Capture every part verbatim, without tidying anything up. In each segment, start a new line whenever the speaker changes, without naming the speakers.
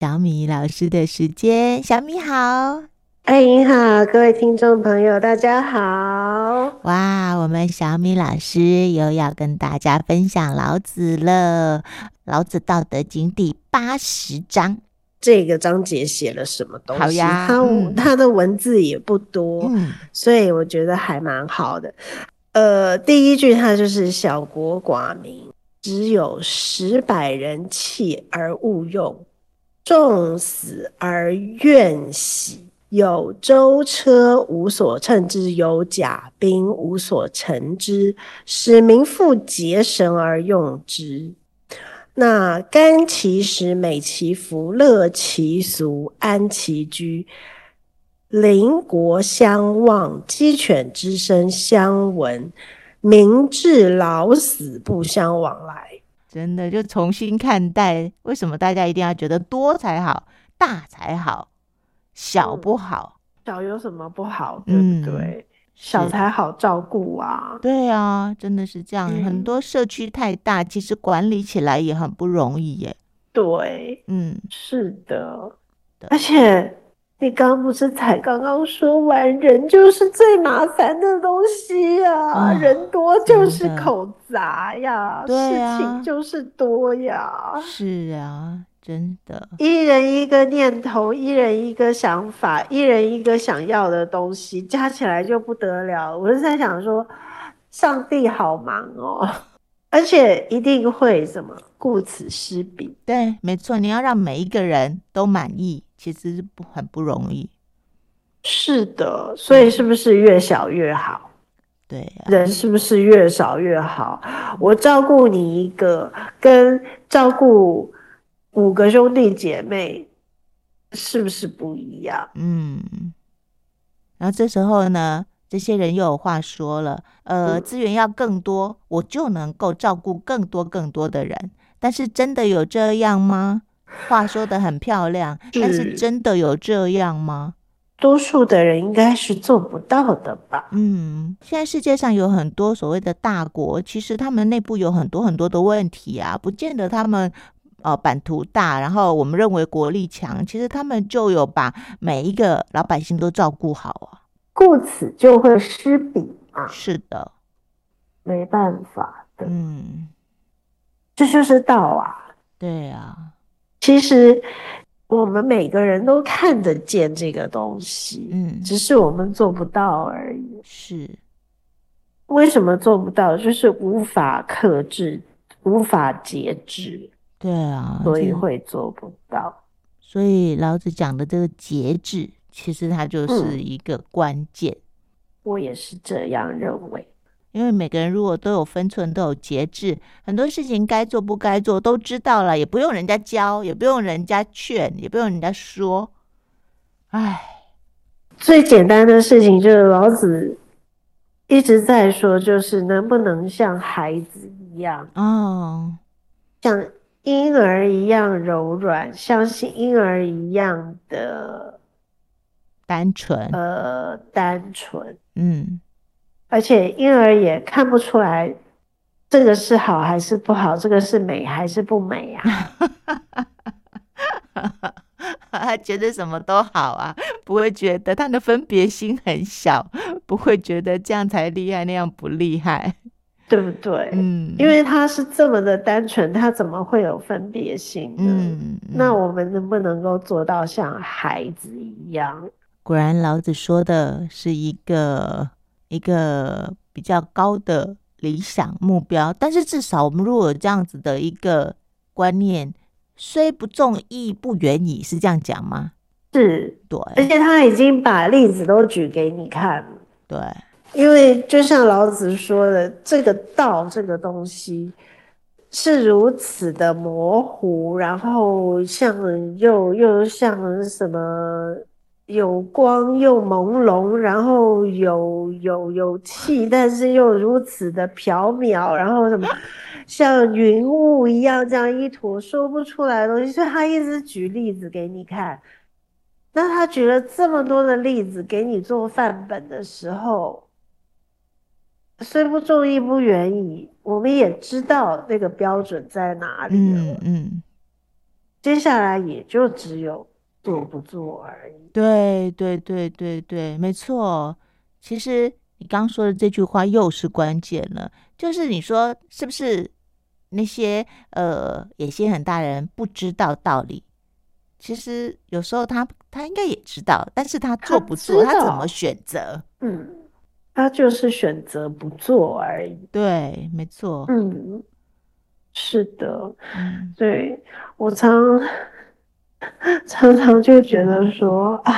小米老师的时间。小米好。
哎，你好，各位听众朋友，大家好。
哇，我们小米老师又要跟大家分享老子了。老子道德经第八十章。
这个章节写了什么东西？
好呀，
它、
嗯、
它的文字也不多、嗯，所以我觉得还蛮好的。呃，第一句它就是小国寡民，只有十百人弃而勿用，众死而怨喜。有舟车无所乘之，有甲兵无所乘之，使民复结绳而用之。那甘其食，美其服，乐其俗，安其居。邻国相望，鸡犬之声相闻，民至老死不相往来。
真的就重新看待，为什么大家一定要觉得多才好，大才好，小不好？
嗯、小有什么不好，对不对？嗯，小才好照顾啊。
对啊，真的是这样、嗯、很多社区太大，其实管理起来也很不容易耶。
对，
嗯，
是的。而且你刚不是才刚刚说完，人就是最麻烦的东西啊、哦、人多就是口杂呀，事情就是多呀。
是啊，真的，
一人一个念头，一人一个想法，一人一个想要的东西，加起来就不得了。我是在想说，上帝好忙哦，而且一定会什么顾此失彼。
对，没错，你要让每一个人都满意，其实是不很不容易。
是的，所以是不是越小越好？
对啊，
人是不是越少越好？我照顾你一个，跟照顾五个兄弟姐妹，是不是不一样？
嗯，然后这时候呢，这些人又有话说了，呃，资源要更多，我就能够照顾更多更多的人。但是真的有这样吗？话说得很漂亮，但是真的有这样吗？
多数的人应该是做不到的吧。
嗯，现在世界上有很多所谓的大国，其实他们内部有很多很多的问题啊，不见得他们呃版图大，然后我们认为国力强，其实他们就有把每一个老百姓都照顾好啊，
故此就会失彼啊。
是的，
没办法的。
嗯，
这就是道啊。
对啊，
其实我们每个人都看得见这个东西，嗯，只是我们做不到而已。
是，
为什么做不到？就是无法克制，无法节制。
对啊，
所以会做不到。
所以老子讲的这个节制，其实它就是一个关键。嗯，
我也是这样认为。
因为每个人如果都有分寸，都有节制，很多事情该做不该做都知道了，也不用人家教，也不用人家劝，也不用人家说。唉，
最简单的事情就是老子一直在说，就是能不能像孩子一样，
哦，
像婴儿一样柔软，像婴儿一样的
单纯，
呃，单纯，
嗯。
而且婴儿也看不出来这个是好还是不好，这个是美还是不美啊。
他觉得什么都好啊，不会觉得他的分别心很小，不会觉得这样才厉害，那样不厉害，
对不对？嗯，因为他是这么的单纯，他怎么会有分别心呢？嗯，那我们能不能够做到像孩子一样？
果然老子说的是一个一个比较高的理想目标，但是至少我们如果有这样子的一个观念，虽不中亦不远矣，是这样讲吗？
是，
对，
而且他已经把例子都举给你看了。
对，
因为就像老子说的，这个道这个东西是如此的模糊，然后像又又像什么有光又朦胧，然后有有有气，但是又如此的缥缈，然后什么像云雾一样这样一坨说不出来的东西，所以他一直举例子给你看。那他举了这么多的例子给你做范本的时候，虽不中亦不远矣，我们也知道那个标准在哪里了。
嗯嗯，
接下来也就只有做不做而已。
对对对对对，没错。其实你刚说的这句话又是关键了，就是你说是不是那些呃野心很大的人不知道道理？其实有时候他他应该也知道，但是他做不做，他怎么选择？
嗯，他就是选择不做而已。
对，没错。
嗯，是的。
嗯，
对，我常常常就觉得说啊，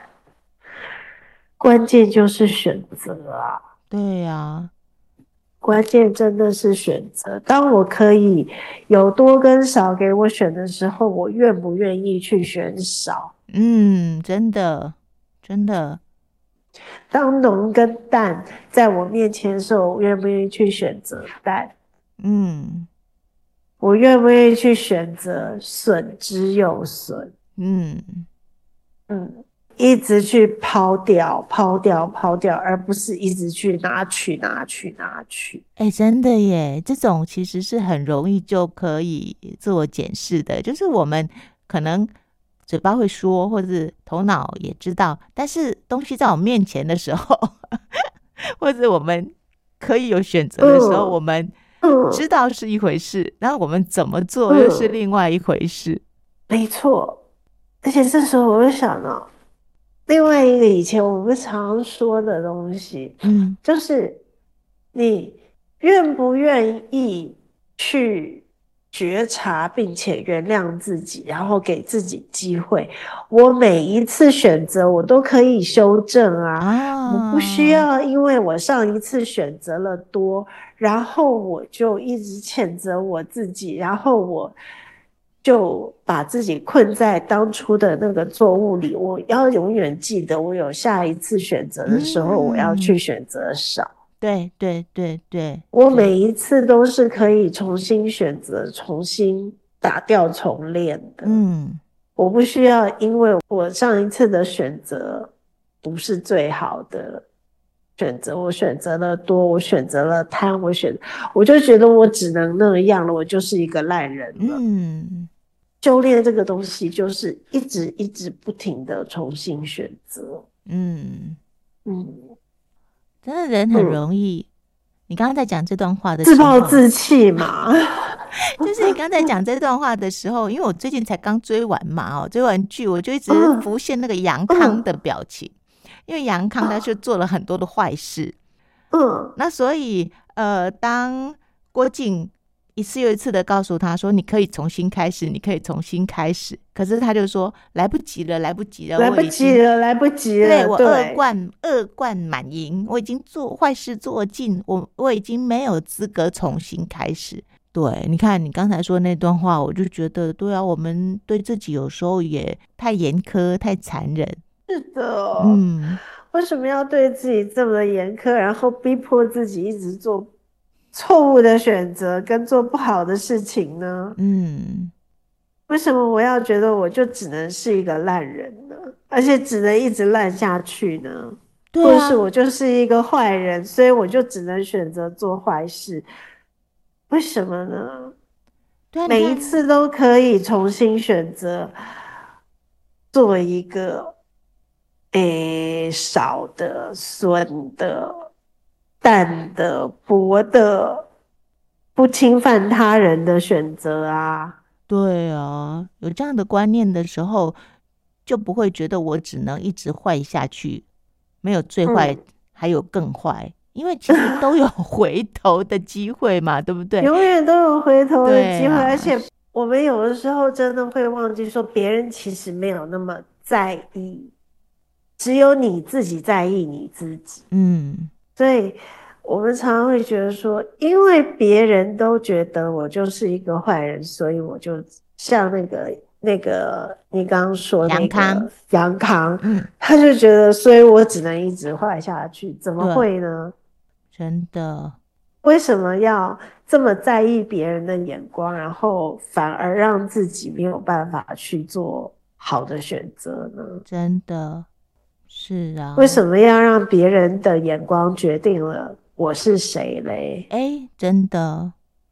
关键就是选择啊。
对呀、啊。
关键真的是选择。当我可以有多跟少给我选的时候，我愿不愿意去选少？
嗯，真的，真的。
当浓跟淡在我面前的时候，我愿不愿意去选择淡？
嗯
我愿不愿意去选择损之又损？
嗯。
嗯，一直去抛掉、抛掉、抛掉，而不是一直去拿取、拿取、拿取。
哎、真的耶，这种其实是很容易就可以自我检视的，就是我们可能嘴巴会说，或者是头脑也知道，但是东西在我面前的时候，或者我们可以有选择的时候，
嗯
我们知
嗯
道是一回事，然后我们怎么做又是
嗯，
另外一回事。
没错。而且这时候我就想到另外一个以前我们常说的东西，
嗯
就是你愿不愿意去觉察并且原谅自己，然后给自己机会。我每一次选择我都可以修正啊，我不需
啊。
要因为我上一次选择了多，然后我就一直谴责我自己，然后我就把自己困在当初的那个错误里。我要永远记得，我有下一次选择的时候，我要去
嗯，
选择少。
对对对对对。
我每一次都是可以重新选择、重新打掉重练的。
嗯
我不需要因为我上一次的选择不是最好的选择，我选择了多，我选择了贪，我选，我就觉得我只能那样了，我就是一个烂人了。
嗯。
修炼这个东西就是一直一直不停的重新选择。
嗯，
嗯
真的人很
嗯，
容易。你刚刚在讲这段话的
自
时候，
暴自弃嘛。
就是你刚才讲这段话的时候，因为我最近才刚追完嘛，哦，追完剧我就一直
嗯
浮现那个杨康
嗯
的表情，因为杨康他是做了很多的坏事，
嗯
那所以呃，当郭靖一次又一次的告诉他说：“你可以重新开始，你可以重新开始。”可是他就说：“来不及了，来不及了，
来不
我已经
及了，来不及了。
对我恶
对，
贯恶贯满盈，我已经做坏事做尽，我我已经没有资格重新开始。”对，你看你刚才说那段话，我就觉得对啊，我们对自己有时候也太严苛、太残忍。
是的。
嗯
为什么要对自己这么的严苛，然后逼迫自己一直做错误的选择跟做不好的事情呢？
嗯，
为什么我要觉得我就只能是一个烂人呢？而且只能一直烂下去呢？或者是
对啊，
我就是一个坏人，所以我就只能选择做坏事？为什么呢？
对啊，你
每一
看，
次都可以重新选择做一个诶少的、损的、淡的、薄的、不侵犯他人的选择啊。
对啊，有这样的观念的时候，就不会觉得我只能一直坏下去，没有最坏，
嗯，
还有更坏，因为其实都有回头的机会嘛，对不对？
永远都有回头的机会，而
对啊，
且我们有的时候真的会忘记说，别人其实没有那么在意，只有你自己在意你自己。
嗯
所以我们常常会觉得说，因为别人都觉得我就是一个坏人，所以我就像那个那个你刚刚说那
杨康，
个杨康，
嗯，
他就觉得，所以我只能一直坏下去，怎么
对，
会呢？
真的，
为什么要这么在意别人的眼光，然后反而让自己没有办法去做好的选择呢？
真的是
为
啊，
什么要让别人的眼光决定了我是谁嘞？
哎，真的，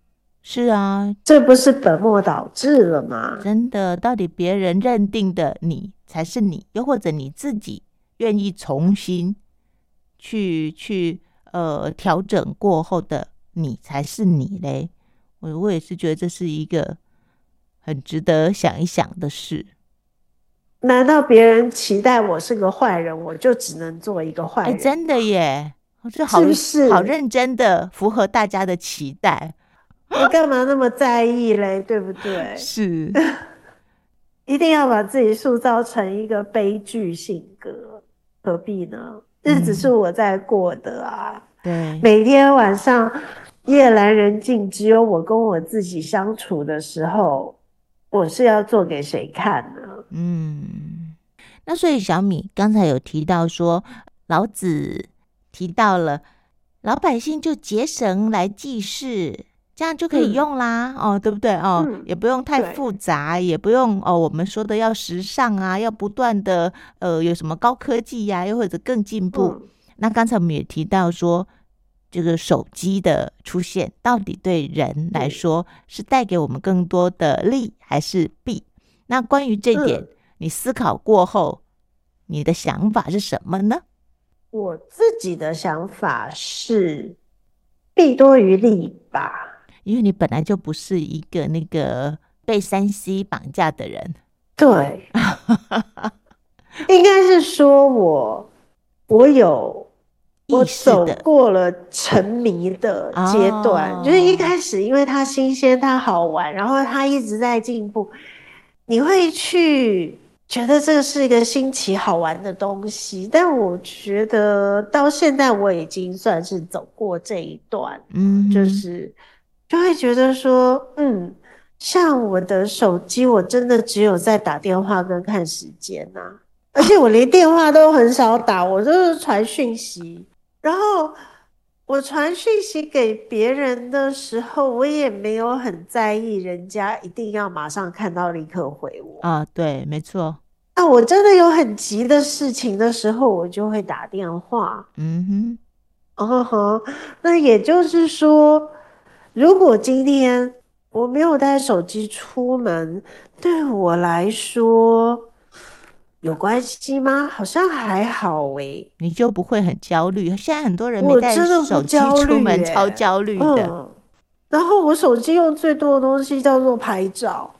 是啊，
这不是本末倒置了吗？
真的，到底别人认定的你才是你，又或者你自己愿意重新去去呃调整过后的你才是你嘞？我我也是觉得这是一个很值得想一想的事。
难道别人期待我是个坏人，我就只能做一个坏人？
哎，真的耶，这好
是不是
好认真的符合大家的期待？
我干嘛那么在意嘞？对不对？
是，
一定要把自己塑造成一个悲剧性格，何必呢？日子是我在过的啊。
对，
每天晚上夜阑人静，只有我跟我自己相处的时候，我是要做给谁看呢？
嗯，那所以小米刚才有提到说，老子提到了老百姓就节绳来记事，这样就可以用啦，嗯、哦，对不对？哦、嗯，也不用太复杂，也不用哦，我们说的要时尚啊，要不断的呃有什么高科技呀、啊，又或者更进步。嗯、那刚才我们也提到说，这个手机的出现，到底对人来说是带给我们更多的利还是弊？那关于这点、嗯，你思考过后，你的想法是什么呢？
我自己的想法是弊多于利吧，
因为你本来就不是一个那个被三 C 绑架的人。
对，应该是说我我有我走过了沉迷的阶段，哦、就是一开始因为它新鲜，它好玩，然后它一直在进步。你会去觉得这是一个新奇好玩的东西，但我觉得到现在我已经算是走过这一段，嗯，就是就会觉得说，嗯，像我的手机，我真的只有在打电话跟看时间啊，而且我连电话都很少打，我都是传讯息，然后我传讯息给别人的时候，我也没有很在意人家一定要马上看到立刻回我
啊，对，没错。
那我真的有很急的事情的时候，我就会打电话。嗯哼，哦吼，那也就是说，如果今天我没有带手机出门，对我来说有关系吗？好像还好诶，
你就不会很焦虑。现在很多人没带手机出门，超焦虑的。
嗯，然后我手机用最多的东西叫做拍照。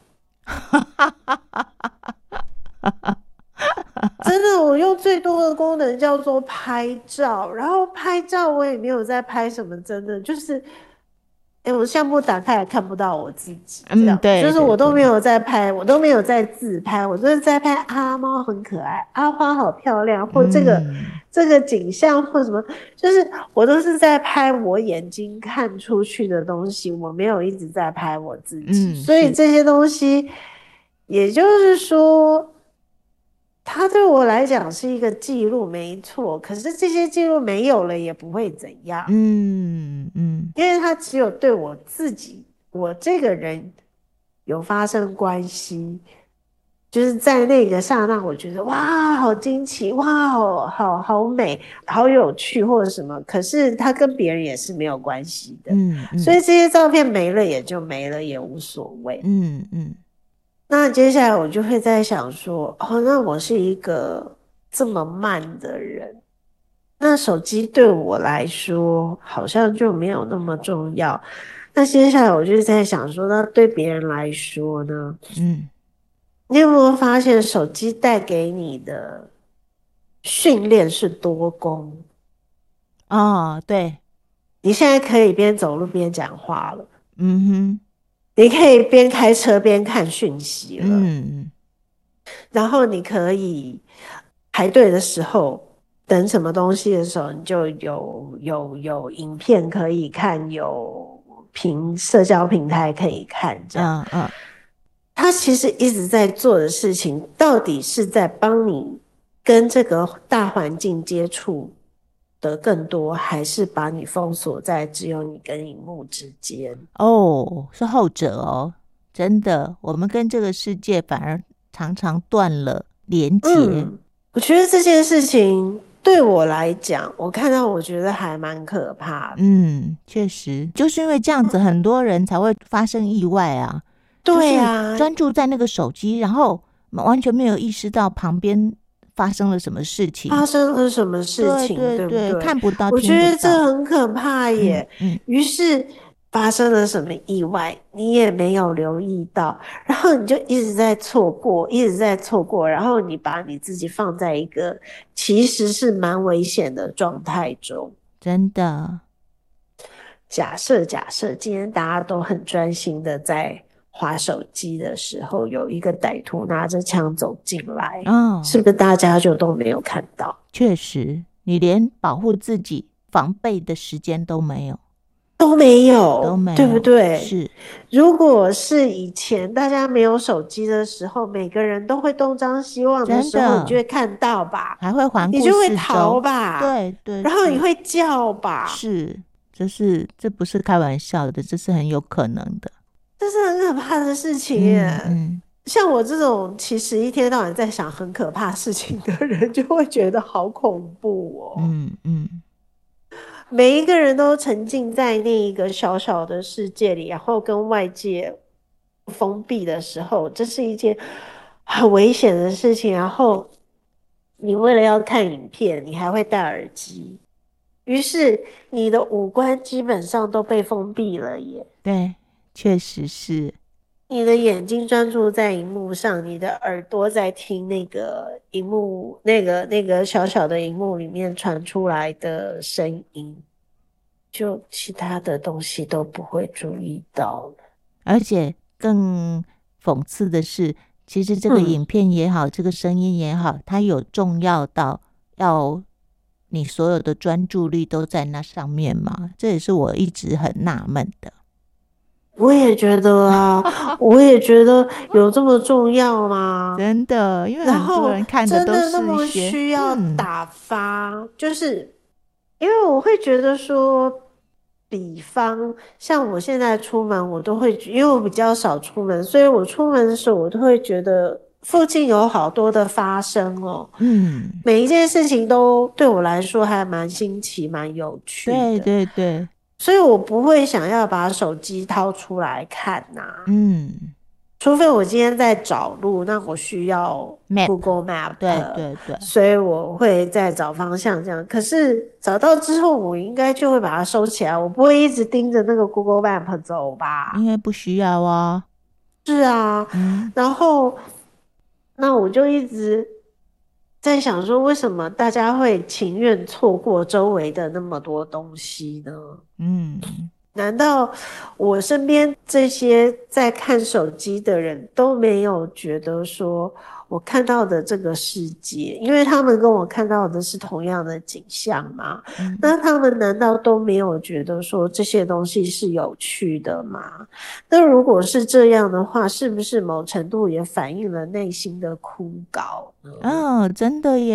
真的，我用最多的功能叫做拍照，然后拍照我也没有在拍什么，真的就是，哎、欸，我相簿打开也看不到我自己，这样，嗯，对，就是我都没有在拍，我都没有在自拍，我都是在拍啊，猫很可爱，啊，花好漂亮，或这个、嗯、这个景象或什么，就是我都是在拍我眼睛看出去的东西，我没有一直在拍我自己，嗯、所以这些东西，也就是说。它对我来讲是一个记录，没错。可是这些记录没有了也不会怎样，嗯嗯，因为它只有对我自己，我这个人有发生关系，就是在那个刹那，我觉得哇，好惊奇，哇，好好好美，好有趣，或者什么。可是它跟别人也是没有关系的，嗯嗯，所以这些照片没了也就没了，也无所谓，嗯嗯。那接下来我就会在想说，哦，那我是一个这么慢的人，那手机对我来说好像就没有那么重要。那接下来我就在想说，那对别人来说呢？嗯，你有没有发现手机带给你的训练是多功？
哦，对，
你现在可以边走路边讲话了。嗯哼。你可以边开车边看讯息了，嗯，然后你可以排队的时候等什么东西的时候，你就有有有影片可以看，有平社交平台可以看，这样，嗯嗯，他其实一直在做的事情，到底是在帮你跟这个大环境接触的更多，还是把你封锁在只有你跟萤幕之间？
哦，是后者哦，真的，我们跟这个世界反而常常断了连结。
嗯，我觉得这件事情对我来讲，我看到我觉得还蛮可怕的。
嗯，确实，就是因为这样子，很多人才会发生意外啊。
对啊，
专注在那个手机，然后完全没有意识到旁边发生了什么事情，
发生了什么事情，
对对
对不对？
看不到，
我觉得
听不到，
这很可怕耶。
嗯，嗯
于是发生了什么意外，你也没有留意到，然后你就一直在错过，一直在错过，然后你把你自己放在一个其实是蛮危险的状态中。
真的。
假设假设今天大家都很专心的在滑手机的时候，有一个歹徒拿着枪走进来，哦，是不是大家就都没有看到？
确实，你连保护自己防备的时间都没有，
都没有，
都没有，
对不对？
是。
如果是以前大家没有手机的时候，每个人都会东张西望的时候，你就会看到吧，
还会环顾四周，
你就会逃吧，
对对，
然后你会叫吧，
是，这是这不是开玩笑的，这是很有可能的。
这是很可怕的事情耶。
嗯嗯，
像我这种其实一天到晚在想很可怕事情的人，就会觉得好恐怖哦。
嗯嗯，
每一个人都沉浸在那一个小小的世界里，然后跟外界封闭的时候，这是一件很危险的事情。然后你为了要看影片，你还会戴耳机，于是你的五官基本上都被封闭了耶。
对，确实是。
你的眼睛专注在荧幕上，你的耳朵在听那个荧幕，那个那个小小的荧幕里面传出来的声音，就其他的东西都不会注意到了。
而且更讽刺的是，其实这个影片也好，嗯，这个声音也好，它有重要到要你所有的专注力都在那上面吗？这也是我一直很纳闷的。
我也觉得啊，我也觉得有这么重要吗？
真的，因为很多人看的都是一些，真的那么
需要打发，嗯，就是因为我会觉得说，比方像我现在出门，我都会因为我比较少出门，所以我出门的时候，我都会觉得附近有好多的发生哦，嗯，每一件事情都对我来说还蛮新奇、蛮有趣的，对对对。所以我不会想要把手机掏出来看呐，啊，嗯，除非我今天在找路，那我需要 Google Map，
对对对，
所以我会在找方向这样。可是找到之后，我应该就会把它收起来，我不会一直盯着那个 Google Map 走吧？
因为不需要啊。
是啊，嗯，然后那我就一直在想说，为什么大家会情愿错过周围的那么多东西呢？嗯，难道我身边这些在看手机的人都没有觉得说我看到的这个世界，因为他们跟我看到的是同样的景象吗？嗯，那他们难道都没有觉得说这些东西是有趣的吗？那如果是这样的话，是不是某程度也反映了内心的枯槁呢？
哦，真的耶。